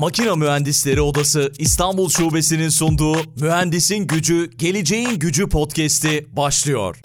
Makina Mühendisleri Odası İstanbul Şubesi'nin sunduğu Mühendisin Gücü, Geleceğin Gücü podcast'i başlıyor.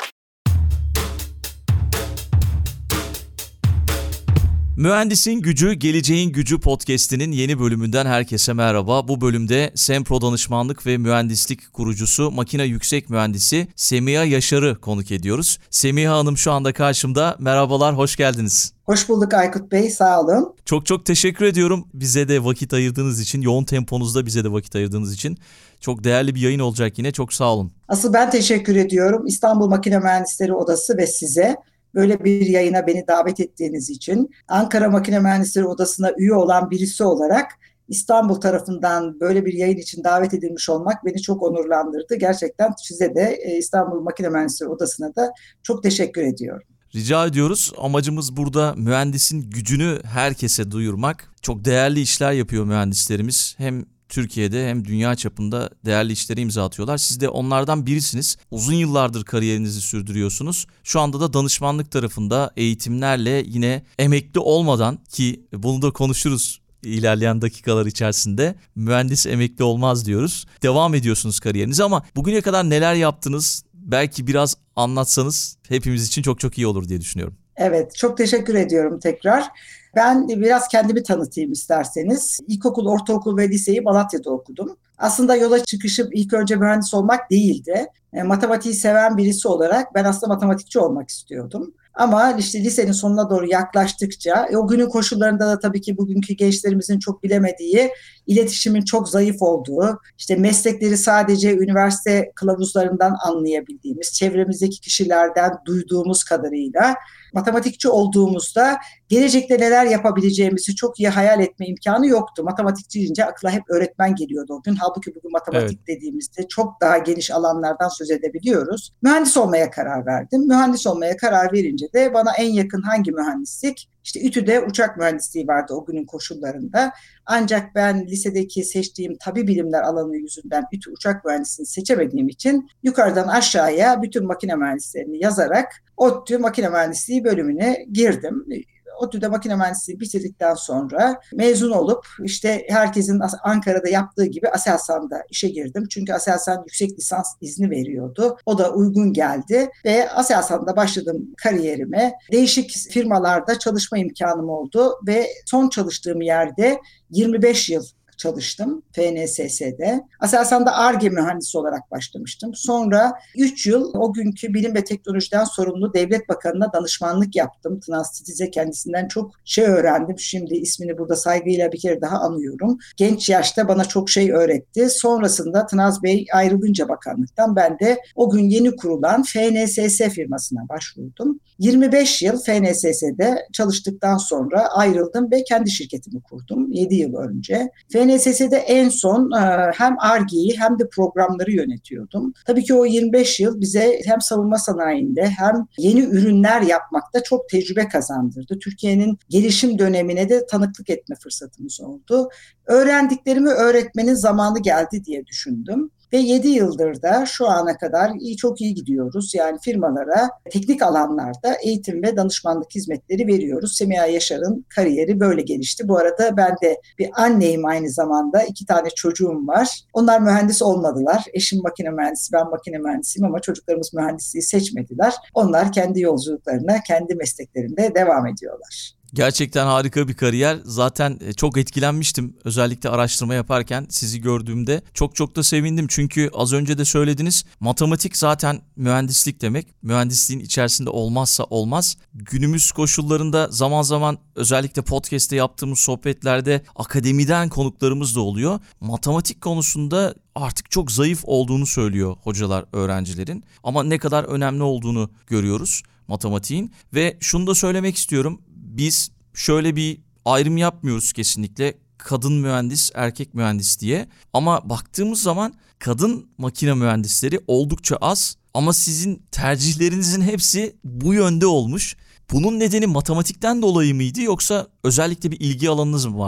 Mühendisin Gücü, Geleceğin Gücü podcast'inin yeni bölümünden herkese merhaba. Bu bölümde Sempro Danışmanlık ve Mühendislik kurucusu Makina Yüksek Mühendisi Semiha Yaşar'ı konuk ediyoruz. Semiha Hanım şu anda karşımda. Merhabalar, hoş geldiniz. Hoş bulduk Aykut Bey, sağ olun. Çok teşekkür ediyorum bize de vakit ayırdığınız için, yoğun temponuzda bize de vakit ayırdığınız için. Çok değerli bir yayın olacak yine, çok sağ olun. Asıl ben teşekkür ediyorum İstanbul Makina Mühendisleri Odası ve size. Böyle bir yayına beni davet ettiğiniz için, Ankara Makine Mühendisleri Odası'na üye olan birisi olarak İstanbul tarafından böyle bir yayın için davet edilmiş olmak beni çok onurlandırdı. Gerçekten size de İstanbul Makine Mühendisleri Odası'na da çok teşekkür ediyorum. Rica ediyoruz. Amacımız burada mühendisin gücünü herkese duyurmak. Çok değerli işler yapıyor mühendislerimiz. Hem Türkiye'de hem dünya çapında değerli işlere imza atıyorlar. Siz de onlardan birisiniz. Uzun yıllardır kariyerinizi sürdürüyorsunuz. Şu anda da danışmanlık tarafında eğitimlerle yine emekli olmadan, ki bunu da konuşuruz ilerleyen dakikalar içerisinde, mühendis emekli olmaz diyoruz. Devam ediyorsunuz kariyerinize ama bugüne kadar neler yaptınız? Belki biraz anlatsanız hepimiz için çok iyi olur diye düşünüyorum. Evet, çok teşekkür ediyorum tekrar. Ben biraz kendimi tanıtayım isterseniz. İlkokul, ortaokul ve liseyi Malatya'da okudum. Aslında yola çıkışım ilk önce mühendis olmak değildi. Matematiği seven birisi olarak ben aslında matematikçi olmak istiyordum. Ama işte lisenin sonuna doğru yaklaştıkça o günün koşullarında da tabii ki bugünkü gençlerimizin çok bilemediği, iletişimin çok zayıf olduğu, işte meslekleri sadece üniversite kılavuzlarından anlayabildiğimiz, çevremizdeki kişilerden duyduğumuz kadarıyla matematikçi olduğumuzda gelecekte neler yapabileceğimizi çok iyi hayal etme imkanı yoktu. Matematikçi deyince akla hep öğretmen geliyordu o gün. Halbuki bugün matematik dediğimizde çok daha geniş alanlardan söz edebiliyoruz. Mühendis olmaya karar verdim. Mühendis olmaya karar verince de bana en yakın hangi mühendislik? İşte İTÜ'de uçak mühendisliği vardı o günün koşullarında. Ancak ben lisedeki seçtiğim tabii bilimler alanı yüzünden İTÜ uçak mühendisliğini seçemediğim için yukarıdan aşağıya bütün makine mühendislerini yazarak ODTÜ makine mühendisliği bölümüne girdim. ODTÜ'de makine mühendisliği bitirdikten sonra mezun olup işte herkesin Ankara'da yaptığı gibi Aselsan'da işe girdim. Çünkü Aselsan yüksek lisans izni veriyordu. O da uygun geldi ve Aselsan'da başladım kariyerime. Değişik firmalarda çalışma imkanım oldu ve son çalıştığım yerde 25 yıl çalıştım FNSS'de. Aselsan'da Ar-Ge mühendisi olarak başlamıştım. Sonra 3 yıl o günkü bilim ve teknolojiden sorumlu devlet bakanına danışmanlık yaptım. Tınaz Titiz'e kendisinden çok şey öğrendim. Şimdi ismini burada saygıyla bir kere daha anıyorum. Genç yaşta bana çok şey öğretti. Sonrasında Tınaz Bey ayrılınca bakanlıktan ben de o gün yeni kurulan FNSS firmasına başvurdum. 25 yıl FNSS'de çalıştıktan sonra ayrıldım ve kendi şirketimi kurdum 7 yıl önce. FNSS'de en son hem Ar-Ge'yi hem de programları yönetiyordum. Tabii ki o 25 yıl bize hem savunma sanayinde hem yeni ürünler yapmakta çok tecrübe kazandırdı. Türkiye'nin gelişim dönemine de tanıklık etme fırsatımız oldu. Öğrendiklerimi öğretmenin zamanı geldi diye düşündüm. Ve 7 yıldır da şu ana kadar çok iyi gidiyoruz. Yani firmalara teknik alanlarda eğitim ve danışmanlık hizmetleri veriyoruz. Semiha Yaşar'ın kariyeri böyle gelişti. Bu arada ben de bir anneyim aynı zamanda. 2 tane çocuğum var. Onlar mühendis olmadılar. Eşim makine mühendisi, ben makine mühendisiyim ama çocuklarımız mühendisliği seçmediler. Onlar kendi yolculuklarına, kendi mesleklerinde devam ediyorlar. Gerçekten harika bir kariyer. Zaten çok etkilenmiştim özellikle araştırma yaparken sizi gördüğümde. Çok da sevindim çünkü az önce de söylediniz, matematik zaten mühendislik demek. Mühendisliğin içerisinde olmazsa olmaz. Günümüz koşullarında zaman zaman özellikle podcast'te yaptığımız sohbetlerde akademiden konuklarımız da oluyor. Matematik konusunda artık çok zayıf olduğunu söylüyor hocalar öğrencilerin. Ama ne kadar önemli olduğunu görüyoruz matematiğin. Ve şunu da söylemek istiyorum. Biz şöyle bir ayrım yapmıyoruz kesinlikle, kadın mühendis, erkek mühendis diye. Ama baktığımız zaman kadın makine mühendisleri oldukça az ama sizin tercihlerinizin hepsi bu yönde olmuş. Bunun nedeni matematikten dolayı mıydı yoksa özellikle bir ilgi alanınız mı vardı?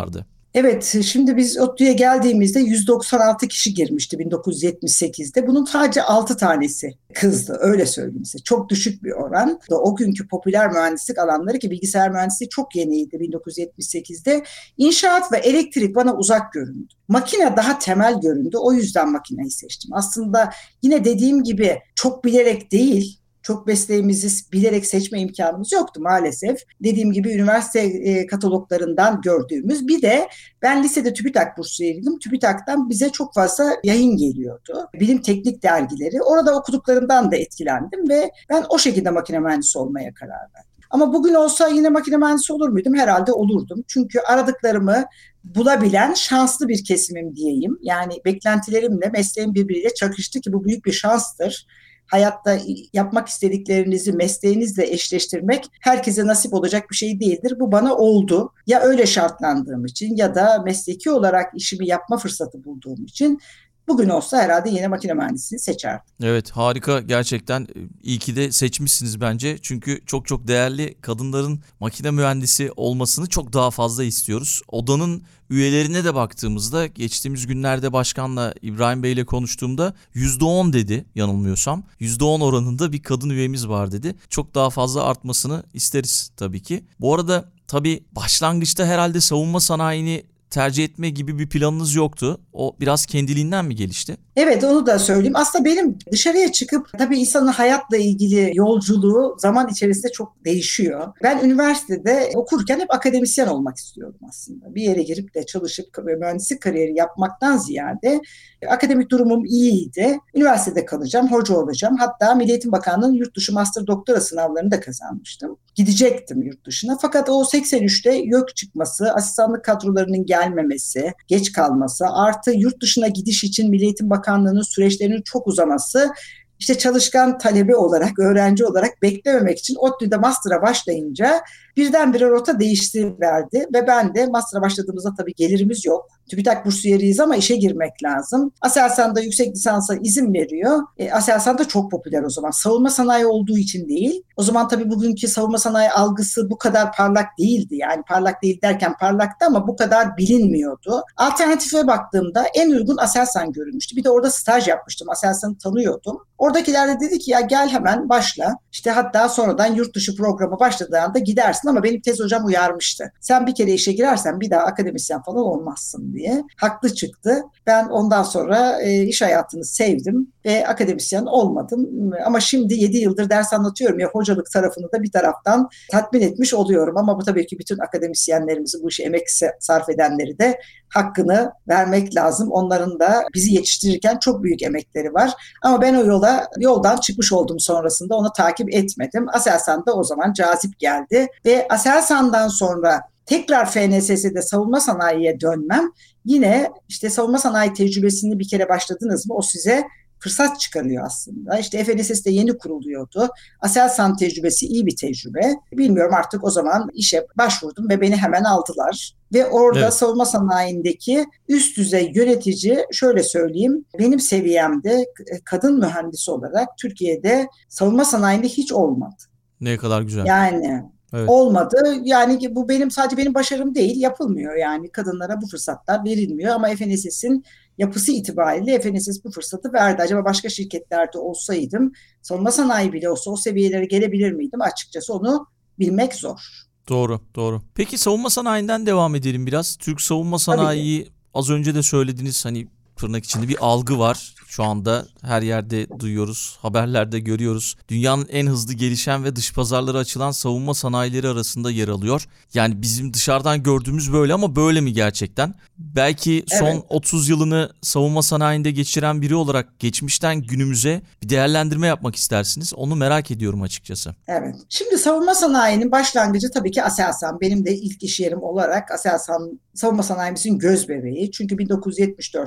Evet, şimdi biz ODTÜ'ye geldiğimizde 196 kişi girmişti 1978'de. Bunun sadece 6 tanesi kızdı, öyle söyleyeyim size. Çok düşük bir oran. O günkü popüler mühendislik alanları, ki bilgisayar mühendisliği çok yeniydi 1978'de. İnşaat ve elektrik bana uzak göründü. Makine daha temel göründü. O yüzden makineyi seçtim. Aslında yine dediğim gibi çok bilerek değil, çok mesleğimizi bilerek seçme imkanımız yoktu maalesef. Dediğim gibi üniversite kataloglarından gördüğümüz. Bir de ben lisede TÜBİTAK bursiyeriydim. TÜBİTAK'tan bize çok fazla yayın geliyordu. Bilim teknik dergileri. Orada okuduklarımdan da etkilendim ve ben o şekilde makine mühendisi olmaya karar verdim. Ama bugün olsa yine makine mühendisi olur muydum? Herhalde olurdum. Çünkü aradıklarımı bulabilen şanslı bir kesimim diyeyim. Yani beklentilerimle mesleğim birbiriyle çakıştı, ki bu büyük bir şanstır. Hayatta yapmak istediklerinizi mesleğinizle eşleştirmek herkese nasip olacak bir şey değildir. Bu bana oldu. Ya öyle şartlandığım için ya da mesleki olarak işimi yapma fırsatı bulduğum için bugün olsa herhalde yine makine mühendisliğini seçerdim. Evet, harika gerçekten. İyi ki de seçmişsiniz bence. Çünkü çok çok değerli, kadınların makine mühendisi olmasını çok daha fazla istiyoruz. Odanın üyelerine de baktığımızda geçtiğimiz günlerde başkanla, İbrahim Bey ile konuştuğumda %10 dedi yanılmıyorsam. %10 oranında bir kadın üyemiz var dedi. Çok daha fazla artmasını isteriz tabii ki. Bu arada tabii başlangıçta herhalde savunma sanayini tercih etme gibi bir planınız yoktu. O biraz kendiliğinden mi gelişti? Evet, onu da söyleyeyim. Aslında benim dışarıya çıkıp, tabii insanın hayatla ilgili yolculuğu zaman içerisinde çok değişiyor. Ben üniversitede okurken hep akademisyen olmak istiyordum aslında. Bir yere girip de çalışıp mühendislik kariyeri yapmaktan ziyade akademik durumum iyiydi. Üniversitede kalacağım, hoca olacağım. Hatta Milli Eğitim Bakanlığı'nın yurt dışı master doktora sınavlarını da kazanmıştım. Gidecektim yurt dışına. Fakat o 83'te YÖK çıkması, asistanlık kadrolarının gelmemesi, geç kalması, artı yurt dışına gidiş için Milli Eğitim Bakanlığı'nın süreçlerinin çok uzaması, işte çalışkan talebe olarak, öğrenci olarak beklememek için ODTÜ'de master'a başlayınca birdenbire rota değiştiriverdi ve ben de master'a başladığımızda tabii gelirimiz yok. TÜBİTAK bursiyeriyiz ama işe girmek lazım. Aselsan'da yüksek lisansa izin veriyor. Aselsan da çok popüler o zaman. Savunma sanayi olduğu için değil. O zaman tabii bugünkü savunma sanayi algısı bu kadar parlak değildi. Yani parlak değil derken parlaktı ama bu kadar bilinmiyordu. Alternatife baktığımda en uygun Aselsan görülmüştü. Bir de orada staj yapmıştım. Aselsan'ı tanıyordum. Oradakiler de dedi ki ya gel hemen başla. İşte hatta sonradan yurt dışı programa başladığında gidersin, ama benim tez hocam uyarmıştı. Sen bir kere işe girersen bir daha akademisyen falan olmazsın diye. Haklı çıktı. Ben ondan sonra iş hayatını sevdim ve akademisyen olmadım. Ama şimdi 7 yıldır ders anlatıyorum ya, hocalık tarafını da bir taraftan tatmin etmiş oluyorum. Ama bu tabii ki bütün akademisyenlerimizi, bu işe emek sarf edenleri de hakkını vermek lazım. Onların da bizi yetiştirirken çok büyük emekleri var. Ama ben o yoldan çıkmış oldum sonrasında. Onu takip etmedim. Aselsan da o zaman cazip geldi. Ve Aselsan'dan sonra tekrar FNSS'de savunma sanayiye dönmem, yine işte savunma sanayi tecrübesini bir kere başladınız mı o size fırsat çıkarıyor aslında. İşte FNSS de yeni kuruluyordu. Aselsan tecrübesi iyi bir tecrübe. Bilmiyorum, artık o zaman işe başvurdum ve beni hemen aldılar. Ve orada evet, savunma sanayindeki üst düzey yönetici, şöyle söyleyeyim, benim seviyemde kadın mühendis olarak Türkiye'de savunma sanayinde hiç olmadı. Ne kadar güzel. Yani evet, olmadı. Yani bu sadece benim başarım değil, yapılmıyor yani. Kadınlara bu fırsatlar verilmiyor ama FNSS'in yapısı itibariyle FNSS bu fırsatı verdi. Acaba başka şirketlerde olsaydım, savunma sanayi bile olsa o seviyelere gelebilir miydim? Açıkçası onu bilmek zor. Doğru, doğru. Peki savunma sanayinden devam edelim biraz. Türk savunma sanayi, az önce de söylediniz, hani tırnak içinde bir algı var. Şu anda her yerde duyuyoruz, haberlerde görüyoruz. Dünyanın en hızlı gelişen ve dış pazarlara açılan savunma sanayileri arasında yer alıyor. Yani bizim dışarıdan gördüğümüz böyle ama böyle mi gerçekten? Belki son evet, 30 yılını savunma sanayinde geçiren biri olarak geçmişten günümüze bir değerlendirme yapmak istersiniz. Onu merak ediyorum açıkçası. Evet. Şimdi savunma sanayinin başlangıcı tabii ki Aselsan. Benim de ilk iş yerim olarak Aselsan savunma sanayimizin göz bebeği. Çünkü 1974'te Kıbrıs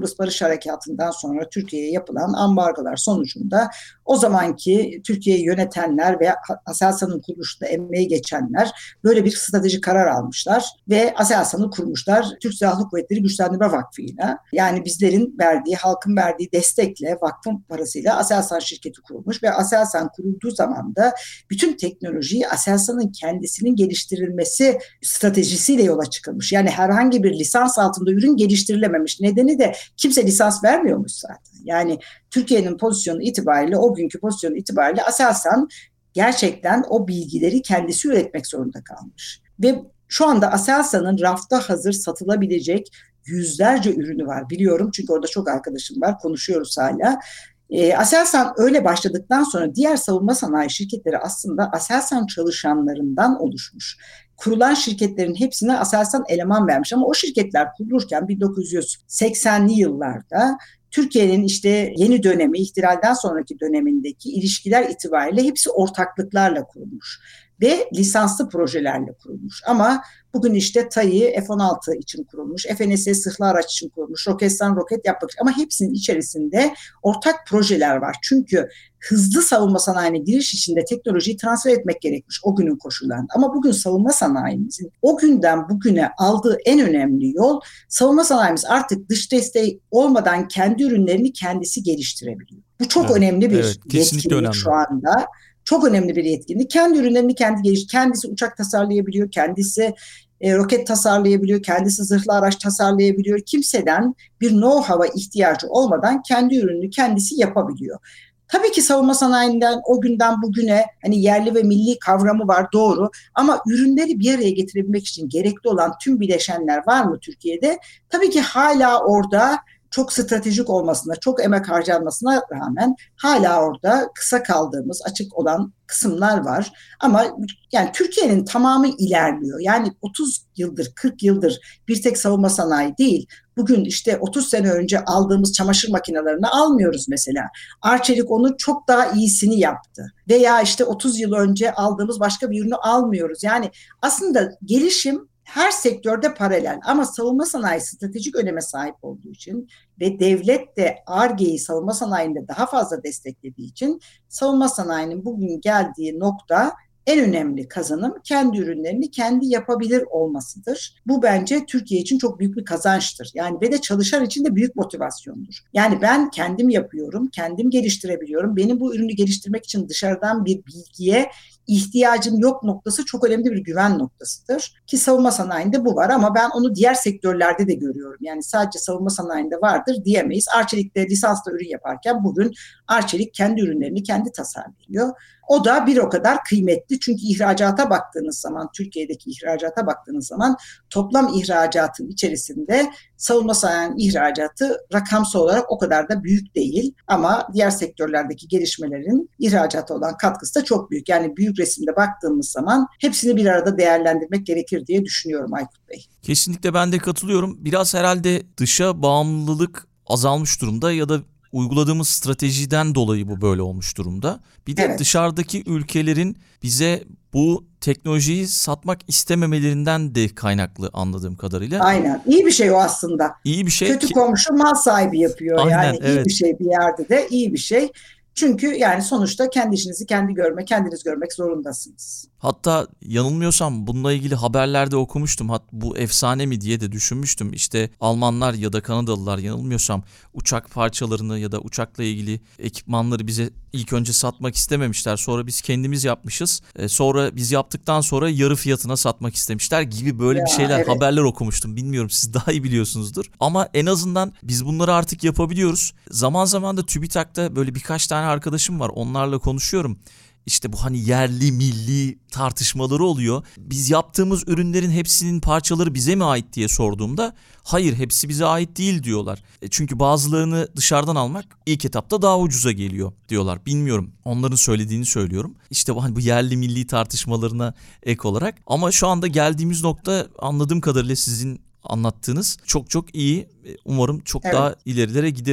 Kıbrıs Barış Harekatı'ndan sonra Türkiye'ye yapılan ambargolar sonucunda o zamanki Türkiye'yi yönetenler ve Aselsan'ın kuruluşunda emeği geçenler böyle bir stratejik karar almışlar ve Aselsan'ı kurmuşlar Türk Silahlı Kuvvetleri Güçlendirme Vakfı'yla. Yani bizlerin verdiği, halkın verdiği destekle, vakfın parasıyla Aselsan şirketi kurulmuş ve Aselsan kurulduğu zaman da bütün teknolojiyi Aselsan'ın kendisinin geliştirilmesi stratejisiyle yola çıkılmış. Yani herhangi bir lisans altında ürün geliştirilememiş. Nedeni de kimse lisans vermiyormuş zaten. Yani Türkiye'nin pozisyonu itibariyle, o günkü pozisyonu itibariyle Aselsan gerçekten o bilgileri kendisi üretmek zorunda kalmış. Ve şu anda Aselsan'ın rafta hazır satılabilecek yüzlerce ürünü var biliyorum. Çünkü orada çok arkadaşım var, konuşuyoruz hala. Aselsan öyle başladıktan sonra diğer savunma sanayi şirketleri aslında Aselsan çalışanlarından oluşmuş. Kurulan şirketlerin hepsine Aselsan eleman vermiş ama o şirketler kurulurken 1980'li yıllarda Türkiye'nin işte yeni dönemi, ihtilalden sonraki dönemindeki ilişkiler itibariyle hepsi ortaklıklarla kurulmuş ve lisanslı projelerle kurulmuş. Ama bugün işte TAİ F-16 için kurulmuş, FNS sırhlı araç için kurulmuş, Roketsan roket yapmak için ama hepsinin içerisinde ortak projeler var. Çünkü hızlı savunma sanayine giriş içinde teknolojiyi transfer etmek gerekmiş o günün koşullarında. Ama bugün savunma sanayimizin o günden bugüne aldığı en önemli yol, savunma sanayimiz artık dış desteği olmadan kendi ürünlerini kendisi geliştirebiliyor. Bu çok önemli bir yetkinlik şu anda. Çok önemli bir yetkinlik. Kendi ürünlerini kendisi uçak tasarlayabiliyor, kendisi roket tasarlayabiliyor, kendisi zırhlı araç tasarlayabiliyor. Kimseden bir know-how'a ihtiyacı olmadan kendi ürününü kendisi yapabiliyor. Tabii ki savunma sanayinden o günden bugüne hani yerli ve milli kavramı var, doğru, ama ürünleri bir araya getirebilmek için gerekli olan tüm bileşenler var mı Türkiye'de? Tabii ki hala orada çok stratejik olmasına, çok emek harcanmasına rağmen hala orada kısa kaldığımız, açık olan kısımlar var. Ama yani Türkiye'nin tamamı ilerliyor. Yani 30 yıldır, 40 yıldır bir tek savunma sanayi değil. Bugün işte 30 sene önce aldığımız çamaşır makinelerini almıyoruz mesela. Arçelik onu çok daha iyisini yaptı. Veya işte 30 yıl önce aldığımız başka bir ürünü almıyoruz. Yani aslında gelişim her sektörde paralel ama savunma sanayi stratejik öneme sahip olduğu için ve devlet de Ar-Ge'yi savunma sanayinde daha fazla desteklediği için savunma sanayinin bugün geldiği nokta, en önemli kazanım kendi ürünlerini kendi yapabilir olmasıdır. Bu bence Türkiye için çok büyük bir kazançtır. Yani ve de çalışan için de büyük motivasyondur. Yani ben kendim yapıyorum, kendim geliştirebiliyorum. Benim bu ürünü geliştirmek için dışarıdan bir bilgiye ihtiyacım yok noktası çok önemli bir güven noktasıdır. Ki savunma sanayinde bu var ama ben onu diğer sektörlerde de görüyorum. Yani sadece savunma sanayinde vardır diyemeyiz. Arçelik'te lisansla ürün yaparken bugün Arçelik kendi ürünlerini kendi tasarlıyor. O da bir o kadar kıymetli çünkü ihracata baktığınız zaman, Türkiye'deki ihracata baktığınız zaman toplam ihracatın içerisinde savunma sanayinin ihracatı rakamsal olarak o kadar da büyük değil. Ama diğer sektörlerdeki gelişmelerin ihracata olan katkısı da çok büyük. Yani büyük resimde baktığımız zaman hepsini bir arada değerlendirmek gerekir diye düşünüyorum Aykut Bey. Kesinlikle ben de katılıyorum. Biraz herhalde dışa bağımlılık azalmış durumda ya da uyguladığımız stratejiden dolayı bu böyle olmuş durumda. Bir de dışarıdaki ülkelerin bize bu teknolojiyi satmak istememelerinden de kaynaklı anladığım kadarıyla. Aynen. İyi bir şey o aslında. İyi bir şey. Kötü komşu mal sahibi yapıyor. Aynen, yani iyi bir şey bir yerde de iyi bir şey. Çünkü yani sonuçta kendi işinizi kendiniz görmek zorundasınız. Hatta yanılmıyorsam bununla ilgili haberlerde okumuştum. Bu efsane mi diye de düşünmüştüm. İşte Almanlar ya da Kanadalılar yanılmıyorsam uçak parçalarını ya da uçakla ilgili ekipmanları bize ilk önce satmak istememişler. Sonra biz kendimiz yapmışız. Sonra biz yaptıktan sonra yarı fiyatına satmak istemişler gibi böyle bir şeyler, haberler okumuştum. Bilmiyorum, siz daha iyi biliyorsunuzdur. Ama en azından biz bunları artık yapabiliyoruz. Zaman zaman da TÜBİTAK'ta böyle birkaç tane arkadaşım var. Onlarla konuşuyorum. İşte bu hani yerli milli tartışmaları oluyor. Biz yaptığımız ürünlerin hepsinin parçaları bize mi ait diye sorduğumda hayır, hepsi bize ait değil diyorlar. Çünkü bazılarını dışarıdan almak ilk etapta daha ucuza geliyor diyorlar. Bilmiyorum, onların söylediğini söylüyorum. İşte bu yerli milli tartışmalarına ek olarak. Ama şu anda geldiğimiz nokta anladığım kadarıyla sizin anlattığınız çok çok iyi. Umarım çok daha ilerilere gideriz.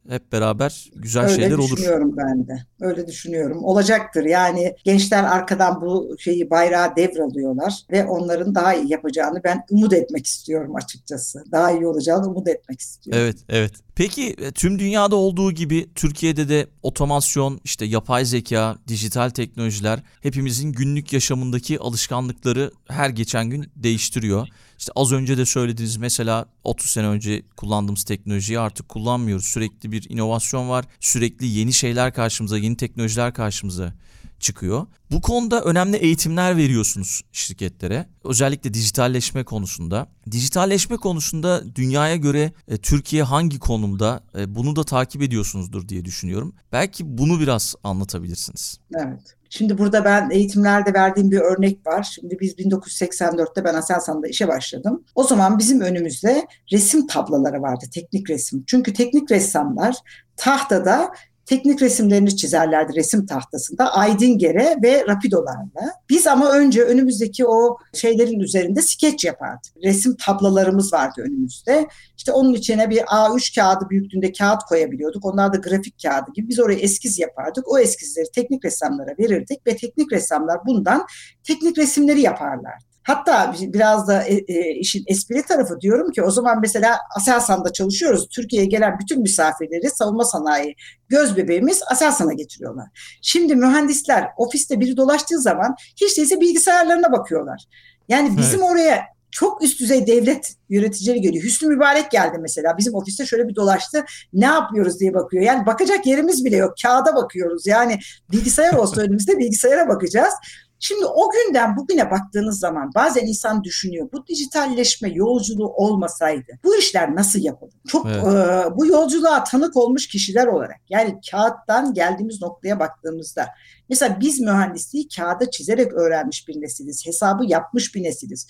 hep beraber güzel Öyle şeyler olur. düşünüyorum ben de. Öyle düşünüyorum. Olacaktır. Yani gençler arkadan bu bayrağı devralıyorlar ve onların daha iyi yapacağını ben umut etmek istiyorum açıkçası. Daha iyi olacağını umut etmek istiyorum. Evet, evet. Peki tüm dünyada olduğu gibi Türkiye'de de otomasyon, işte yapay zeka, dijital teknolojiler hepimizin günlük yaşamındaki alışkanlıkları her geçen gün değiştiriyor. İşte az önce de söylediğiniz mesela 30 sene önce kullandığımız teknolojiyi artık kullanmıyoruz. Sürekli bir inovasyon var. Sürekli yeni şeyler karşımıza, yeni teknolojiler karşımıza çıkıyor. Bu konuda önemli eğitimler veriyorsunuz şirketlere. Özellikle dijitalleşme konusunda. Dijitalleşme konusunda dünyaya göre Türkiye hangi konumda, bunu da takip ediyorsunuzdur diye düşünüyorum. Belki bunu biraz anlatabilirsiniz. Evet. Şimdi burada ben eğitimlerde verdiğim bir örnek var. Şimdi biz 1984'te ben Aselsan'da işe başladım. O zaman bizim önümüzde resim tabloları vardı, teknik resim. Çünkü teknik ressamlar tahtada teknik resimlerini çizerlerdi resim tahtasında Aydingere ve Rapidolarla. Biz ama önce önümüzdeki o şeylerin üzerinde skeç yapardık. Resim tablolarımız vardı önümüzde. İşte onun içine bir A3 kağıdı büyüklüğünde kağıt koyabiliyorduk. Onlar da grafik kağıdı gibi. Biz oraya eskiz yapardık. O eskizleri teknik ressamlara verirdik ve teknik ressamlar bundan teknik resimleri yaparlardı. Hatta biraz da işin espri tarafı diyorum ki o zaman mesela Aselsan'da çalışıyoruz. Türkiye'ye gelen bütün misafirleri savunma sanayi göz bebeğimiz Aselsan'a getiriyorlar. Şimdi mühendisler ofiste biri dolaştığı zaman hiç değilse bilgisayarlarına bakıyorlar. Yani bizim Evet. oraya çok üst düzey devlet yöneticileri geliyor. Hüsnü Mübarek geldi mesela. Bizim ofiste şöyle bir dolaştı. Ne yapıyoruz diye bakıyor. Yani bakacak yerimiz bile yok. Kağıda bakıyoruz. Yani bilgisayar olsa önümüzde bilgisayara bakacağız. Şimdi o günden bugüne baktığınız zaman bazen insan düşünüyor. Bu dijitalleşme yolculuğu olmasaydı bu işler nasıl yapılır? Çok Evet. bu yolculuğa tanık olmuş kişiler olarak yani kağıttan geldiğimiz noktaya baktığımızda mesela biz mühendisliği kağıda çizerek öğrenmiş bir nesiliz. Hesabı yapmış bir nesiliz.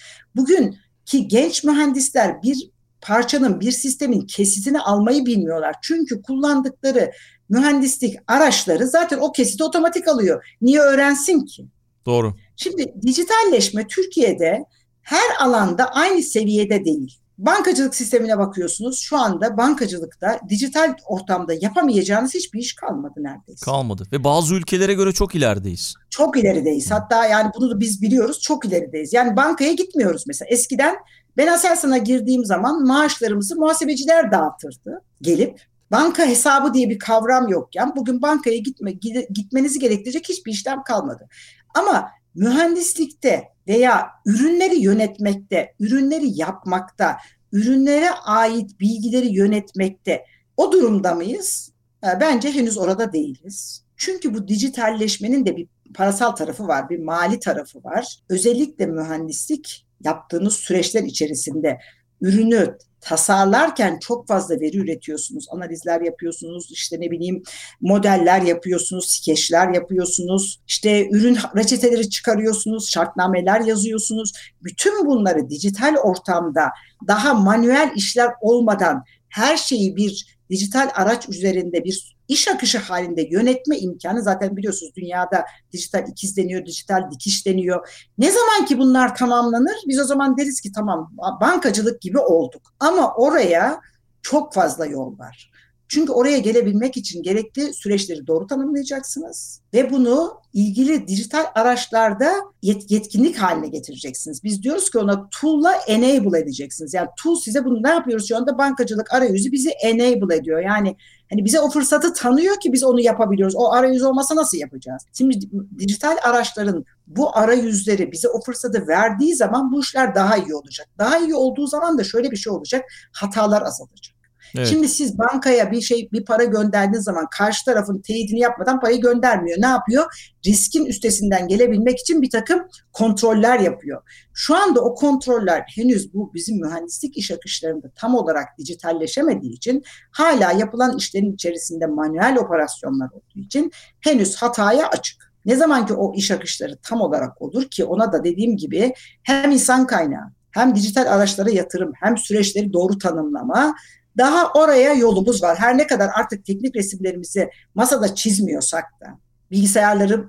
Bugünkü genç mühendisler bir parçanın, bir sistemin kesitini almayı bilmiyorlar. Çünkü kullandıkları mühendislik araçları zaten o kesiti otomatik alıyor. Niye öğrensin ki? Doğru. Şimdi dijitalleşme Türkiye'de her alanda aynı seviyede değil. Bankacılık sistemine bakıyorsunuz. Şu anda bankacılıkta dijital ortamda yapamayacağınız hiçbir iş kalmadı neredeyse. Kalmadı. Ve bazı ülkelere göre çok ilerideyiz. Çok ilerideyiz. Hatta yani bunu da biz biliyoruz çok ilerideyiz. Yani bankaya gitmiyoruz mesela. Eskiden ben Aselsan'a girdiğim zaman maaşlarımızı muhasebeciler dağıtırdı gelip. Banka hesabı diye bir kavram yokken bugün bankaya gitmenizi gerektirecek hiçbir işlem kalmadı. Ama mühendislikte veya ürünleri yönetmekte, ürünleri yapmakta, ürünlere ait bilgileri yönetmekte o durumda mıyız? Bence henüz orada değiliz. Çünkü bu dijitalleşmenin de bir parasal tarafı var, bir mali tarafı var. Özellikle mühendislik yaptığınız süreçler içerisinde ürünü tasarlarken çok fazla veri üretiyorsunuz, analizler yapıyorsunuz, işte ne bileyim modeller yapıyorsunuz, skeçler yapıyorsunuz, işte ürün reçeteleri çıkarıyorsunuz, şartnameler yazıyorsunuz. Bütün bunları dijital ortamda daha manuel işler olmadan her şeyi bir dijital araç üzerinde bir iş akışı halinde yönetme imkanı zaten biliyorsunuz dünyada dijital ikiz deniyor, dijital dikiş deniyor. Ne zaman ki bunlar tamamlanır biz o zaman deriz ki tamam bankacılık gibi olduk. Ama oraya çok fazla yol var. Çünkü oraya gelebilmek için gerekli süreçleri doğru tanımlayacaksınız ve bunu ilgili dijital araçlarda yetkinlik haline getireceksiniz. Biz diyoruz ki ona tool'la enable edeceksiniz. Yani tool size bunu ne yapıyoruz şu anda bankacılık arayüzü bizi enable ediyor. Yani hani bize o fırsatı tanıyor ki biz onu yapabiliyoruz. O arayüz olmasa nasıl yapacağız? Şimdi dijital araçların bu arayüzleri bize o fırsatı verdiği zaman bu işler daha iyi olacak. Daha iyi olduğu zaman da şöyle bir şey olacak. Hatalar azalacak. Evet. Şimdi siz bankaya bir para gönderdiğiniz zaman karşı tarafın teyidini yapmadan parayı göndermiyor. Ne yapıyor? Riskin üstesinden gelebilmek için bir takım kontroller yapıyor. Şu anda o kontroller henüz bu bizim mühendislik iş akışlarında tam olarak dijitalleşemediği için hala yapılan işlerin içerisinde manuel operasyonlar olduğu için henüz hataya açık. Ne zaman ki o iş akışları tam olarak olur ki ona da dediğim gibi hem insan kaynağı hem dijital araçlara yatırım hem süreçleri doğru tanımlama daha oraya yolumuz var. Her ne kadar artık teknik resimlerimizi masada çizmiyorsak da bilgisayarları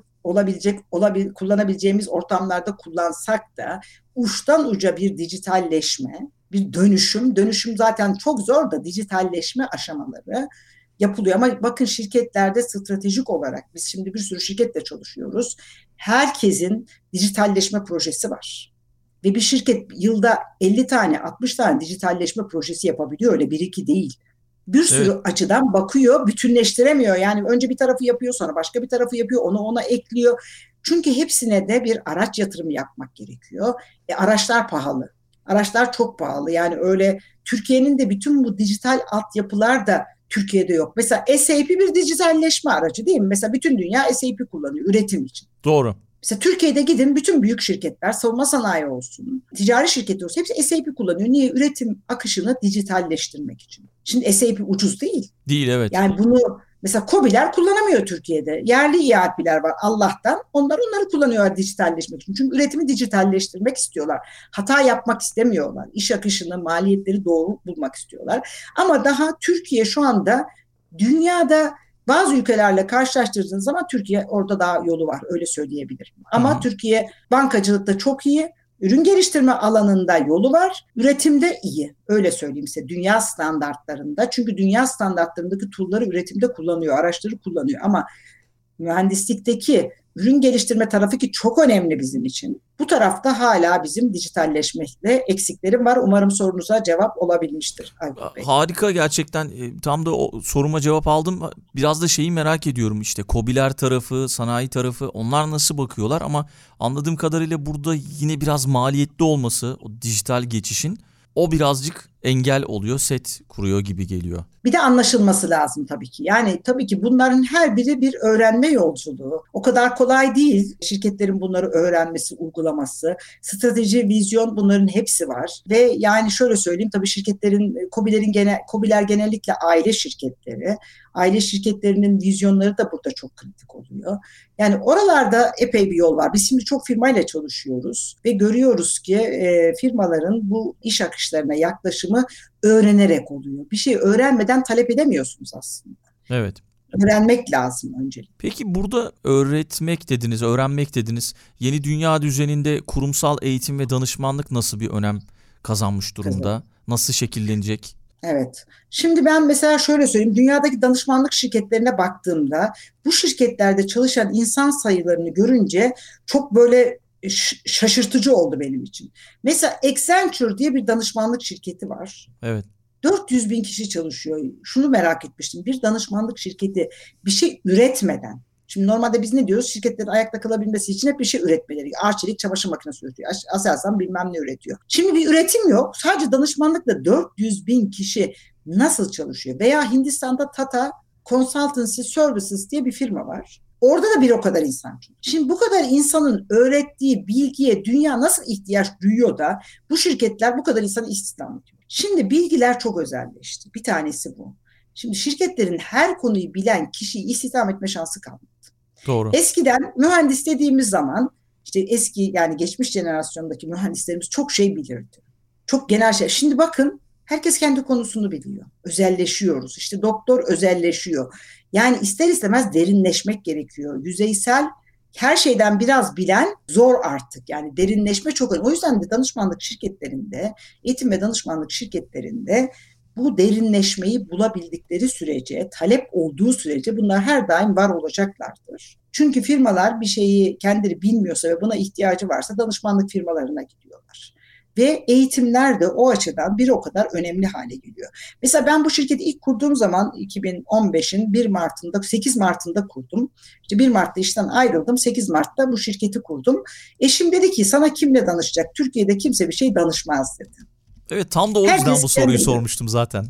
kullanabileceğimiz ortamlarda kullansak da uçtan uca bir dijitalleşme, bir dönüşüm zaten çok zor da dijitalleşme aşamaları yapılıyor. Ama bakın şirketlerde stratejik olarak biz şimdi bir sürü şirketle çalışıyoruz. Herkesin dijitalleşme projesi var. Ve bir şirket yılda 50 tane 60 tane dijitalleşme projesi yapabiliyor, öyle bir iki değil. Bir sürü açıdan bakıyor, bütünleştiremiyor. Yani önce bir tarafı yapıyor, sonra başka bir tarafı yapıyor, onu ona ekliyor. Çünkü hepsine de bir araç yatırımı yapmak gerekiyor. Araçlar pahalı. Araçlar çok pahalı. Yani öyle Türkiye'nin de bütün bu dijital altyapılar da Türkiye'de yok. Mesela SAP bir dijitalleşme aracı değil mi? Mesela bütün dünya SAP kullanıyor üretim için. Doğru. Mesela Türkiye'de gidin bütün büyük şirketler, savunma sanayi olsun, ticari şirketler olsun hepsi SAP kullanıyor. Niye? Üretim akışını dijitalleştirmek için. Şimdi SAP ucuz değil. Değil, evet. Yani bunu mesela KOBİ'ler kullanamıyor Türkiye'de. Yerli ERP'ler var Allah'tan. Onları kullanıyorlar dijitalleşmek için. Çünkü üretimi dijitalleştirmek istiyorlar. Hata yapmak istemiyorlar. İş akışını, maliyetleri doğru bulmak istiyorlar. Ama daha Türkiye şu anda dünyada bazı ülkelerle karşılaştırdığınız zaman Türkiye orada daha yolu var, öyle söyleyebilirim. Ama Türkiye bankacılıkta çok iyi, ürün geliştirme alanında yolu var, üretimde iyi. Öyle söyleyeyim size, dünya standartlarında. Çünkü dünya standartlarındaki tool'ları üretimde kullanıyor, araçları kullanıyor. Ama mühendislikteki ürün geliştirme tarafı ki çok önemli bizim için. Bu tarafta hala bizim dijitalleşmekte eksiklerim var. Umarım sorunuza cevap olabilmiştir Aykut Bey. Harika gerçekten. Tam da o soruma cevap aldım. Biraz da şeyi merak ediyorum, işte KOBİ'ler tarafı, sanayi tarafı, onlar nasıl bakıyorlar, ama anladığım kadarıyla burada yine biraz maliyetli olması, o dijital geçişin, o birazcık engel oluyor, set kuruyor gibi geliyor. Bir de anlaşılması lazım tabii ki. Yani tabii ki bunların her biri bir öğrenme yolculuğu. O kadar kolay değil şirketlerin bunları öğrenmesi, uygulaması. Strateji, vizyon, bunların hepsi var. Ve yani şöyle söyleyeyim, tabii şirketlerin, KOBİ'ler genellikle aile şirketleri. Aile şirketlerinin vizyonları da burada çok kritik oluyor. Yani oralarda epey bir yol var. Biz şimdi çok firmayla çalışıyoruz ve görüyoruz ki firmaların bu iş akışlarına yaklaşımı öğrenerek oluyor. Bir şey öğrenmeden talep edemiyorsunuz aslında. Evet. Öğrenmek lazım öncelikle. Peki burada öğretmek dediniz, öğrenmek dediniz. Yeni dünya düzeninde kurumsal eğitim ve danışmanlık nasıl bir önem kazanmış durumda? Nasıl şekillenecek? Evet. Şimdi ben mesela şöyle söyleyeyim. Dünyadaki danışmanlık şirketlerine baktığımda bu şirketlerde çalışan insan sayılarını görünce çok böyle şaşırtıcı oldu benim için. Mesela Accenture diye bir danışmanlık şirketi var. Evet. 400 bin kişi çalışıyor. Şunu merak etmiştim. Bir danışmanlık şirketi bir şey üretmeden, şimdi normalde biz ne diyoruz? Şirketlerin ayakta kalabilmesi için hep bir şey üretmeleri. Arçelik çamaşır makinesi üretiyor. Aselsan bilmem ne üretiyor. Şimdi bir üretim yok. Sadece danışmanlıkla 400 bin kişi nasıl çalışıyor? Veya Hindistan'da Tata Consultancy Services diye bir firma var. Orada da bir o kadar insan çalışıyor. Şimdi bu kadar insanın öğrettiği bilgiye dünya nasıl ihtiyaç duyuyor da bu şirketler bu kadar insanı istihdam ediyor? Şimdi bilgiler çok özelleşti. Bir tanesi bu. Şimdi şirketlerin her konuyu bilen kişiyi istihdam etme şansı kalmadı. Doğru. Eskiden mühendis dediğimiz zaman işte eski, yani geçmiş jenerasyondaki mühendislerimiz çok şey bilirdi. Çok genel şey. Şimdi bakın herkes kendi konusunu biliyor. Özelleşiyoruz. İşte doktor özelleşiyor. Yani ister istemez derinleşmek gerekiyor. Yüzeysel her şeyden biraz bilen zor artık. Yani derinleşme çok önemli. O yüzden de danışmanlık şirketlerinde, eğitim ve danışmanlık şirketlerinde bu derinleşmeyi bulabildikleri sürece, talep olduğu sürece bunlar her daim var olacaklardır. Çünkü firmalar bir şeyi kendileri bilmiyorsa ve buna ihtiyacı varsa danışmanlık firmalarına gidiyorlar. Ve eğitimler de o açıdan bir o kadar önemli hale geliyor. Mesela ben bu şirketi ilk kurduğum zaman 2015'in 8 Mart'ında kurdum. İşte 1 Mart'ta işten ayrıldım. 8 Mart'ta bu şirketi kurdum. Eşim dedi ki sana kimle danışacak? Türkiye'de kimse bir şey danışmaz dedi. Evet, tam da o yüzden bu soruyu sormuştum zaten.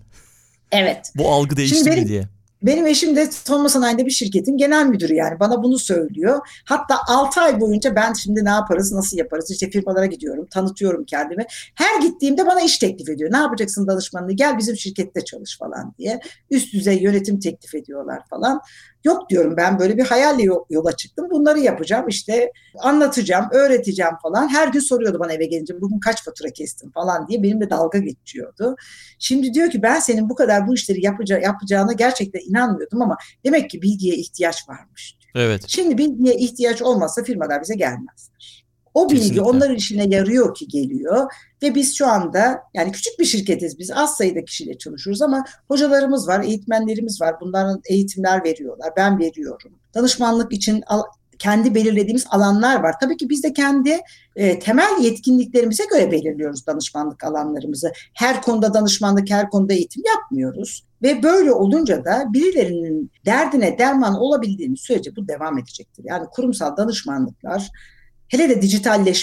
Evet. Bu algı değişti mi diye. Benim eşim de savunma sanayinde bir şirketin genel müdürü, yani bana bunu söylüyor. Hatta 6 ay boyunca ben şimdi ne yaparız, nasıl yaparız, işte firmalara gidiyorum, tanıtıyorum kendimi. Her gittiğimde bana iş teklif ediyor. Ne yapacaksın danışmanlığı, gel bizim şirkette çalış falan diye. Üst düzey yönetim teklif ediyorlar falan. Yok diyorum, ben böyle bir hayalle yola çıktım. Bunları yapacağım, işte anlatacağım, öğreteceğim falan. Her gün soruyordu bana eve gelince bugün kaç fatura kestin falan diye benimle dalga geçiyordu. Şimdi diyor ki ben senin bu kadar bu işleri yapacağına gerçekten inanmıyordum ama demek ki bilgiye ihtiyaç varmış diyor. Evet. Şimdi bilgiye ihtiyaç olmazsa firmalar bize gelmezler. O bilgi Kesinlikle. onların işine yarıyor ki geliyor ve biz şu anda yani küçük bir şirketiz, biz az sayıda kişiyle çalışıyoruz ama hocalarımız var, eğitmenlerimiz var. Bunların eğitimler veriyorlar, ben veriyorum. Danışmanlık için kendi belirlediğimiz alanlar var. Tabii ki biz de kendi temel yetkinliklerimize göre belirliyoruz danışmanlık alanlarımızı. Her konuda danışmanlık, her konuda eğitim yapmıyoruz. Ve böyle olunca da birilerinin derdine derman olabildiğimiz sürece bu devam edecektir. Yani kurumsal danışmanlıklar hele de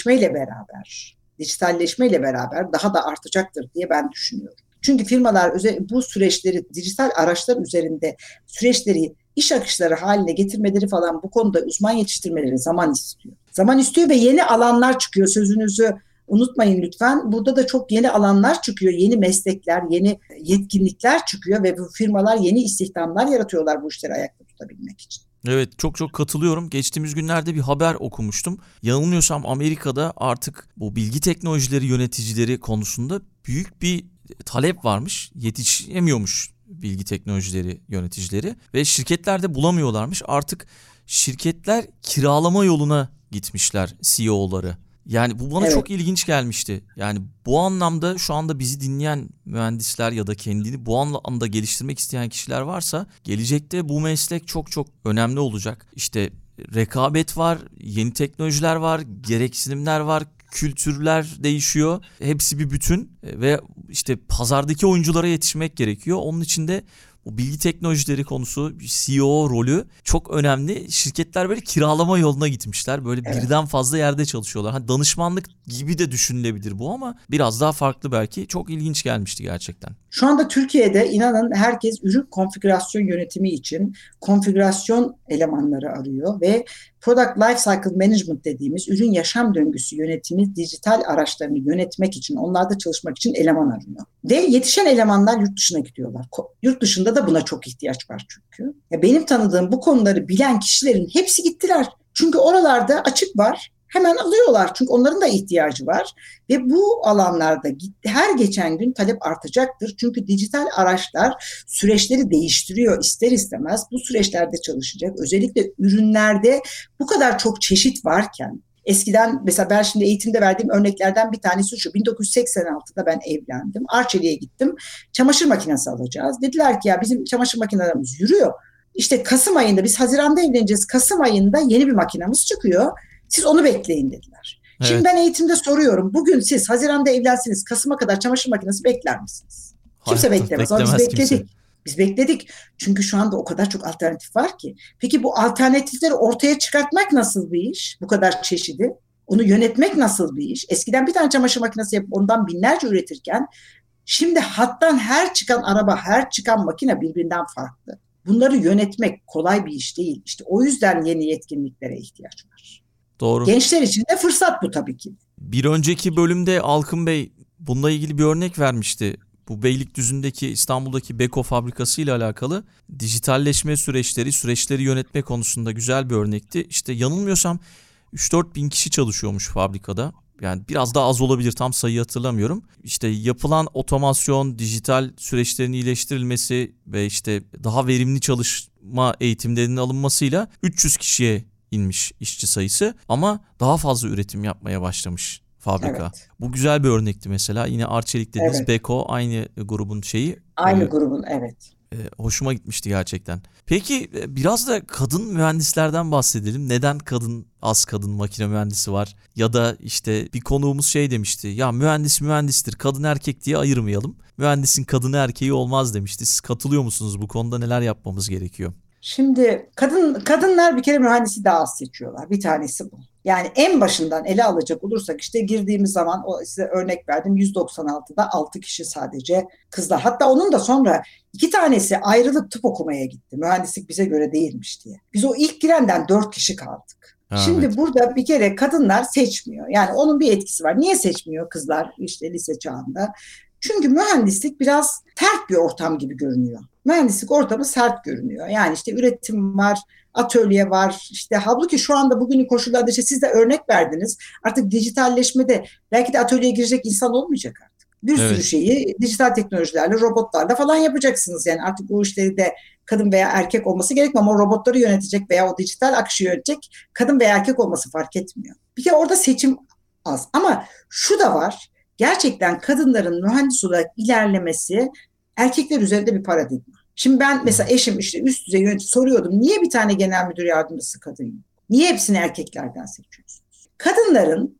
dijitalleşmeyle beraber daha da artacaktır diye ben düşünüyorum. Çünkü firmalar bu süreçleri, dijital araçlar üzerinde süreçleri iş akışları haline getirmeleri falan bu konuda uzman yetiştirmeleri zaman istiyor. Zaman istiyor ve yeni alanlar çıkıyor. Sözünüzü unutmayın lütfen. Burada da çok yeni alanlar çıkıyor. Yeni meslekler, yeni yetkinlikler çıkıyor ve bu firmalar yeni istihdamlar yaratıyorlar bu işleri ayakta tutabilmek için. Evet, çok çok katılıyorum. Geçtiğimiz günlerde bir haber okumuştum. Yanılmıyorsam Amerika'da artık bu bilgi teknolojileri yöneticileri konusunda büyük bir talep varmış. Yetişemiyormuş bilgi teknolojileri yöneticileri ve şirketler de bulamıyorlarmış. Artık şirketler kiralama yoluna gitmişler CEO'ları. Yani bu bana çok ilginç gelmişti. Yani bu anlamda şu anda bizi dinleyen mühendisler ya da kendini bu anlamda geliştirmek isteyen kişiler varsa gelecekte bu meslek çok çok önemli olacak. İşte rekabet var, yeni teknolojiler var, gereksinimler var, kültürler değişiyor. Hepsi bir bütün ve işte pazardaki oyunculara yetişmek gerekiyor. Onun için de bu bilgi teknolojileri konusu, CEO rolü çok önemli. Şirketler böyle kiralama yoluna gitmişler. Böyle birden fazla yerde çalışıyorlar. Hani danışmanlık gibi de düşünülebilir bu ama biraz daha farklı belki. Çok ilginç gelmişti gerçekten. Şu anda Türkiye'de inanın herkes ürün konfigürasyon yönetimi için konfigürasyon elemanları arıyor ve Product Lifecycle Management dediğimiz ürün yaşam döngüsü yönetimi, dijital araçlarını yönetmek için, onlarda çalışmak için eleman arıyor. Ve yetişen elemanlar yurt dışına gidiyorlar. Yurt dışında da buna çok ihtiyaç var çünkü. Benim tanıdığım bu konuları bilen kişilerin hepsi gittiler. Çünkü oralarda açık var. Hemen alıyorlar çünkü onların da ihtiyacı var ve bu alanlarda her geçen gün talep artacaktır. Çünkü dijital araçlar süreçleri değiştiriyor ister istemez bu süreçlerde çalışacak. Özellikle ürünlerde bu kadar çok çeşit varken eskiden mesela ben şimdi eğitimde verdiğim örneklerden bir tanesi şu. 1986'da ben evlendim. Arçelik'e gittim. Çamaşır makinesi alacağız. Dediler ki ya bizim çamaşır makinelerimiz yürüyor. İşte Kasım ayında biz Haziran'da evleneceğiz. Kasım ayında yeni bir makinemiz çıkıyor. Siz onu bekleyin dediler. Evet. Şimdi ben eğitimde soruyorum. Bugün siz Haziran'da evlensiniz. Kasım'a kadar çamaşır makinesi bekler misiniz? Kimse beklemez ama biz bekledik. Kimse. Biz bekledik. Çünkü şu anda o kadar çok alternatif var ki. Peki bu alternatifleri ortaya çıkartmak nasıl bir iş? Bu kadar çeşidi. Onu yönetmek nasıl bir iş? Eskiden bir tane çamaşır makinesi yapıp ondan binlerce üretirken şimdi hattan her çıkan araba, her çıkan makine birbirinden farklı. Bunları yönetmek kolay bir iş değil. İşte o yüzden yeni yetkinliklere ihtiyaç var. Doğru. Gençler için de fırsat bu tabii ki. Bir önceki bölümde Alkın Bey bununla ilgili bir örnek vermişti. Bu Beylikdüzü'ndeki İstanbul'daki Beko fabrikası ile alakalı dijitalleşme süreçleri yönetme konusunda güzel bir örnekti. İşte yanılmıyorsam 3-4 bin kişi çalışıyormuş fabrikada. Yani biraz daha az olabilir, tam sayıyı hatırlamıyorum. İşte yapılan otomasyon, dijital süreçlerin iyileştirilmesi ve işte daha verimli çalışma eğitimlerinin alınmasıyla 300 kişiye inmiş işçi sayısı ama daha fazla üretim yapmaya başlamış fabrika. Evet. Bu güzel bir örnekti mesela. Yine Arçelik dediğiniz Beko aynı grubun şeyi. Aynı grubun evet. Hoşuma gitmişti gerçekten. Peki biraz da kadın mühendislerden bahsedelim. Neden az kadın makine mühendisi var? Ya da işte bir konuğumuz şey demişti. Ya mühendistir, kadın erkek diye ayırmayalım. Mühendisin kadını erkeği olmaz demişti. Siz katılıyor musunuz? Bu konuda neler yapmamız gerekiyor? Şimdi kadınlar bir kere mühendisi daha az seçiyorlar. Bir tanesi bu. Yani en başından ele alacak olursak işte girdiğimiz zaman size örnek verdim 196'da 6 kişi sadece kızlar. Hatta onun da sonra 2 tanesi ayrılıp tıp okumaya gitti. Mühendislik bize göre değilmiş diye. Biz o ilk girenden 4 kişi kaldık. Evet. Şimdi burada bir kere kadınlar seçmiyor. Yani onun bir etkisi var. Niye seçmiyor kızlar işte lise çağında? Çünkü mühendislik biraz sert bir ortam gibi görünüyor. Mühendislik ortamı sert görünüyor. Yani işte üretim var, atölye var. İşte halbuki şu anda bugünün koşullarda işte siz de örnek verdiniz. Artık dijitalleşmede belki de atölyeye girecek insan olmayacak artık. Bir sürü şeyi dijital teknolojilerle, robotlarla falan yapacaksınız. Yani artık o işleri de kadın veya erkek olması gerekmiyor ama robotları yönetecek veya o dijital akışı yönetecek kadın veya erkek olması fark etmiyor. Bir kere orada seçim az ama şu da var, gerçekten kadınların mühendis olarak ilerlemesi erkekler üzerinde bir paradigma. Şimdi ben mesela eşim işte üst düzey yönetici soruyordum, niye bir tane genel müdür yardımcısı kadın? Niye hepsini erkeklerden seçiyorsunuz? Kadınların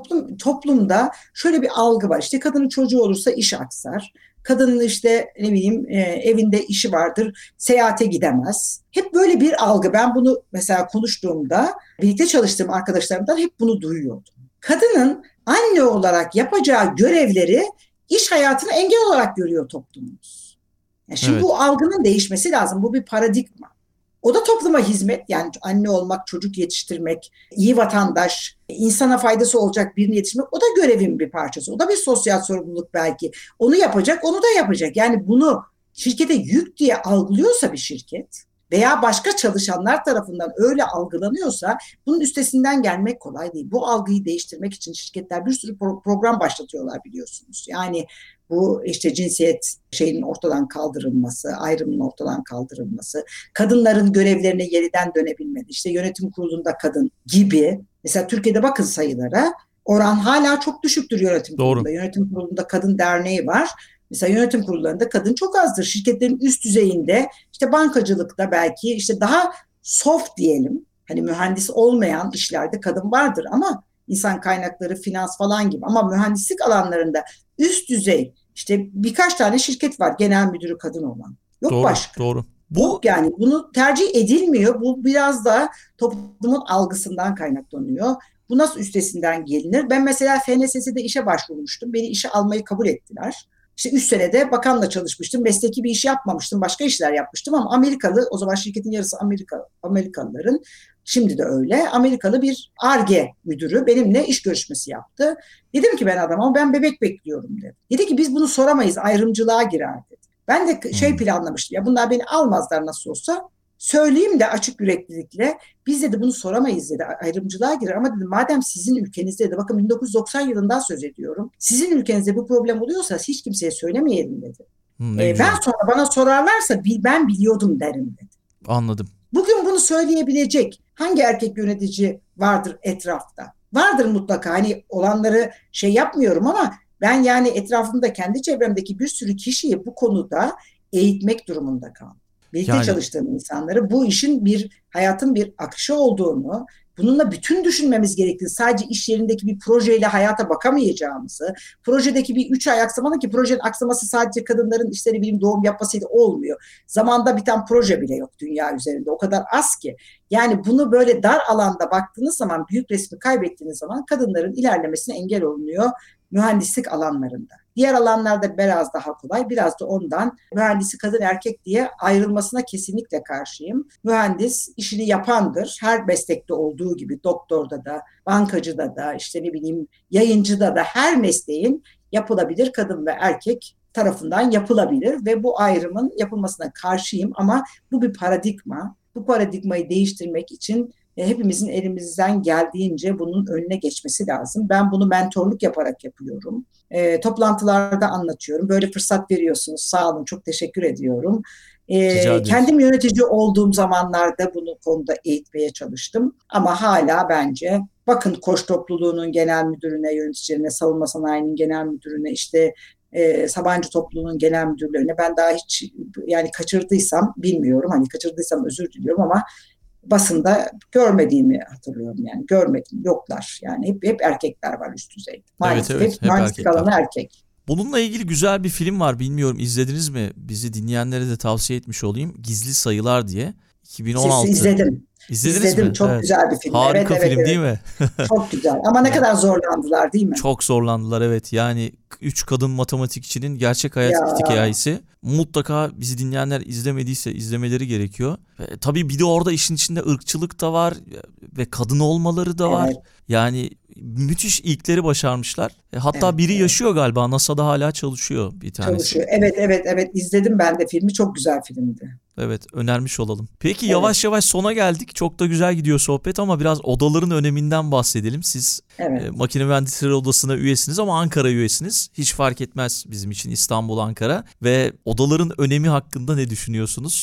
toplumda şöyle bir algı var. İşte kadının çocuğu olursa iş aksar. Kadının işte ne bileyim evinde işi vardır, seyahate gidemez. Hep böyle bir algı. Ben bunu mesela konuştuğumda birlikte çalıştığım arkadaşlarımdan hep bunu duyuyordum. Kadının anne olarak yapacağı görevleri iş hayatına engel olarak görüyor toplumumuz. Yani şimdi bu algının değişmesi lazım. Bu bir paradigma. O da topluma hizmet, yani anne olmak, çocuk yetiştirmek, iyi vatandaş, insana faydası olacak birini yetiştirmek, o da görevin bir parçası. O da bir sosyal sorumluluk belki. Onu yapacak, onu da yapacak. Yani bunu şirkete yük diye algılıyorsa bir şirket veya başka çalışanlar tarafından öyle algılanıyorsa bunun üstesinden gelmek kolay değil. Bu algıyı değiştirmek için şirketler bir sürü program başlatıyorlar biliyorsunuz. Yani bu işte cinsiyet şeyinin ortadan kaldırılması, ayrımın ortadan kaldırılması, kadınların görevlerine yeniden dönebilmesi, işte yönetim kurulunda kadın gibi. Mesela Türkiye'de bakın sayılara, oran hala çok düşüktür yönetim kurulunda. Yönetim kurulunda kadın derneği var. Mesela yönetim kurullarında kadın çok azdır. Şirketlerin üst düzeyinde, işte bankacılıkta belki işte daha soft diyelim, hani mühendis olmayan işlerde kadın vardır ama insan kaynakları, finans falan gibi, ama mühendislik alanlarında üst düzey işte birkaç tane şirket var genel müdürü kadın olan. Yok doğru, başka. Doğru. Yok yani, bunu tercih edilmiyor. Bu biraz da toplumun algısından kaynaklanıyor. Bu nasıl üstesinden gelinir? Ben mesela FNSS'de işe başvurmuştum. Beni işe almayı kabul ettiler. İşte 3 senede bakanla çalışmıştım. Mesleki bir iş yapmamıştım. Başka işler yapmıştım ama Amerikalı, o zaman şirketin yarısı Amerikalıların, şimdi de öyle, Amerikalı bir Ar-Ge müdürü benimle iş görüşmesi yaptı. Dedim ki ben adama, ben bebek bekliyorum dedi. Dedi ki biz bunu soramayız, ayrımcılığa girer dedi. Ben de planlamıştım, ya bunlar beni almazlar nasıl olsa. Söyleyeyim de açık yüreklilikle, biz dedi bunu soramayız dedi, ayrımcılığa girer, ama dedim madem sizin ülkenizde dedi, bakın 1990 yılından söz ediyorum, sizin ülkenizde bu problem oluyorsa hiç kimseye söylemeyelim dedi. Ben sonra bana sorarlarsa ben biliyordum derim dedi. Anladım. Bugün bunu söyleyebilecek hangi erkek yönetici vardır etrafta? Vardır mutlaka, hani olanları şey yapmıyorum ama ben yani etrafımda, kendi çevremdeki bir sürü kişiyi bu konuda eğitmek durumunda kaldım. Birlikte çalıştığım insanları, bu işin hayatın bir akışı olduğunu, bununla bütün düşünmemiz gerektiğini, sadece iş yerindeki bir projeyle hayata bakamayacağımızı, projedeki bir 3 ay aksamalı, ki projenin aksaması sadece kadınların işte doğum yapmasıyla olmuyor. Zamanda biten proje bile yok dünya üzerinde, o kadar az ki. Yani bunu böyle dar alanda baktığınız zaman, büyük resmi kaybettiğiniz zaman kadınların ilerlemesine engel olunuyor mühendislik alanlarında. Diğer alanlarda biraz daha kolay, biraz da ondan mühendisi kadın erkek diye ayrılmasına kesinlikle karşıyım. Mühendis işini yapandır. Her meslekte olduğu gibi, doktorda da, bankacıda da, işte ne bileyim yayıncıda da, her mesleğin yapılabilir, kadın ve erkek tarafından yapılabilir ve bu ayrımın yapılmasına karşıyım, ama bu bir paradigma. Bu paradigmayı değiştirmek için hepimizin elimizden geldiğince bunun önüne geçmesi lazım. Ben bunu mentorluk yaparak yapıyorum. Toplantılarda anlatıyorum. Böyle fırsat veriyorsunuz. Sağ olun, çok teşekkür ediyorum. Kendim yönetici olduğum zamanlarda bunu konuda eğitmeye çalıştım. Ama hala bence, bakın Koç topluluğunun genel müdürüne, yöneticilerine, savunma sanayinin genel müdürüne, işte Sabancı topluluğunun genel müdürlerine, ben daha hiç yani kaçırdıysam bilmiyorum. Hani kaçırdıysam özür diliyorum ama basında görmediğimi hatırlıyorum, yani görmedim, yoklar yani, hep erkekler var üst düzeyde maalesef, hep mühendislik alanı erkek. Bununla ilgili güzel bir film var, bilmiyorum izlediniz mi, bizi dinleyenlere de tavsiye etmiş olayım, Gizli Sayılar diye, 2016. İzledim. İzledim. Mi? Çok güzel bir film. Harika film değil mi? Çok güzel. Ama ne kadar zorlandılar değil mi? Çok zorlandılar, evet. Yani 3 kadın matematikçinin gerçek hayat hikayesi. Mutlaka bizi dinleyenler izlemediyse izlemeleri gerekiyor. Tabii bir de orada işin içinde ırkçılık da var ve kadın olmaları da var. Yani müthiş ilkleri başarmışlar. Hatta biri yaşıyor galiba. NASA'da hala çalışıyor bir tanesi. Çalışıyor. Evet. İzledim ben de filmi. Çok güzel filmdi. Evet, önermiş olalım. Peki yavaş yavaş sona geldik. Çok da güzel gidiyor sohbet ama biraz odaların öneminden bahsedelim. Siz Makine Mühendisleri Odası'na üyesiniz ama Ankara üyesiniz. Hiç fark etmez bizim için, İstanbul, Ankara. Ve odaların önemi hakkında ne düşünüyorsunuz?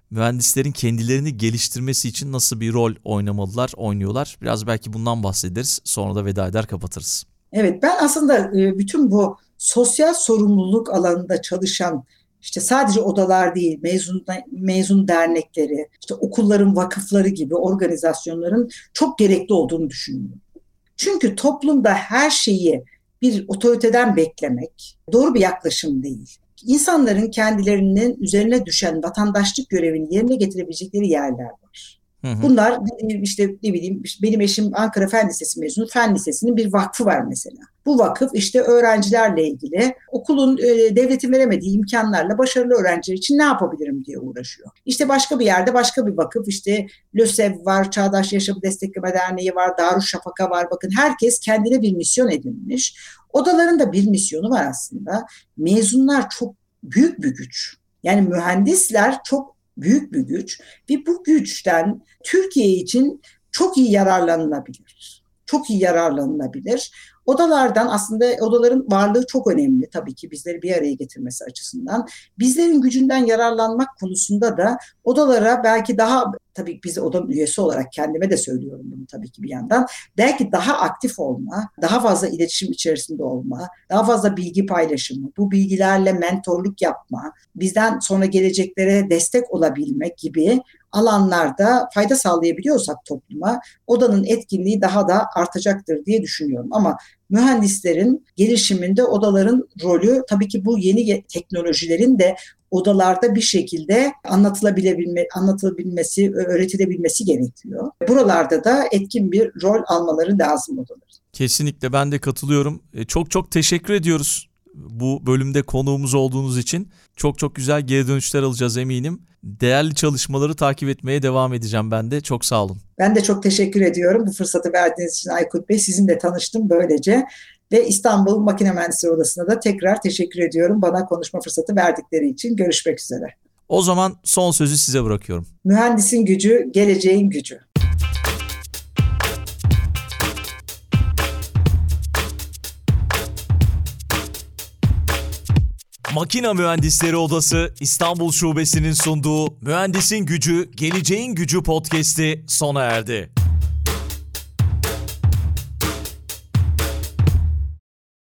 mühendislerin kendilerini geliştirmesi için nasıl bir rol oynuyorlar? Biraz belki bundan bahsederiz. Sonra da veda eder kapatırız. Evet, ben aslında bütün bu sosyal sorumluluk alanında çalışan işte sadece odalar değil, mezun dernekleri, işte okulların vakıfları gibi organizasyonların çok gerekli olduğunu düşünüyorum. Çünkü toplumda her şeyi bir otoriteden beklemek doğru bir yaklaşım değil. İnsanların kendilerinin üzerine düşen vatandaşlık görevini yerine getirebilecekleri yerler var. Bunlar işte ne bileyim, benim eşim Ankara Fen Lisesi mezunu. Fen Lisesi'nin bir vakfı var mesela. Bu vakıf işte öğrencilerle ilgili okulun devletin veremediği imkanlarla başarılı öğrenciler için ne yapabilirim diye uğraşıyor. İşte başka bir yerde başka bir vakıf, işte LÖSEV var, Çağdaş Yaşamı Destekleme Derneği var, Darüşşafaka var. Bakın herkes kendine bir misyon edinmiş. Odaların da bir misyonu var aslında. Mezunlar çok büyük bir güç. Yani mühendisler çok büyük bir güç ve bu güçten Türkiye için çok iyi yararlanılabilir. Çok iyi yararlanılabilir. Odalardan aslında odaların varlığı çok önemli tabii ki bizleri bir araya getirmesi açısından. Bizlerin gücünden yararlanmak konusunda da odalara belki daha, tabii biz odanın üyesi olarak kendime de söylüyorum bunu tabii ki bir yandan, belki daha aktif olma, daha fazla iletişim içerisinde olma, daha fazla bilgi paylaşımı, bu bilgilerle mentorluk yapma, bizden sonra geleceklere destek olabilmek gibi alanlarda fayda sağlayabiliyorsak topluma, odanın etkinliği daha da artacaktır diye düşünüyorum. Ama mühendislerin gelişiminde odaların rolü, tabii ki bu yeni teknolojilerin de odalarda bir şekilde anlatılabilmesi, öğretilebilmesi gerekiyor. Buralarda da etkin bir rol almaları lazım odaların. Kesinlikle ben de katılıyorum. Çok çok teşekkür ediyoruz bu bölümde konuğumuz olduğunuz için. Çok çok güzel geri dönüşler alacağız eminim. Değerli çalışmaları takip etmeye devam edeceğim ben de. Çok sağ olun. Ben de çok teşekkür ediyorum bu fırsatı verdiğiniz için Aykut Bey. Sizinle tanıştım böylece ve İstanbul Makine Mühendisleri Odası'na da tekrar teşekkür ediyorum bana konuşma fırsatı verdikleri için. Görüşmek üzere. O zaman son sözü size bırakıyorum. Mühendisin gücü, geleceğin gücü. Makine Mühendisleri Odası İstanbul Şubesi'nin sunduğu Mühendisin Gücü, Geleceğin Gücü podcast'i sona erdi.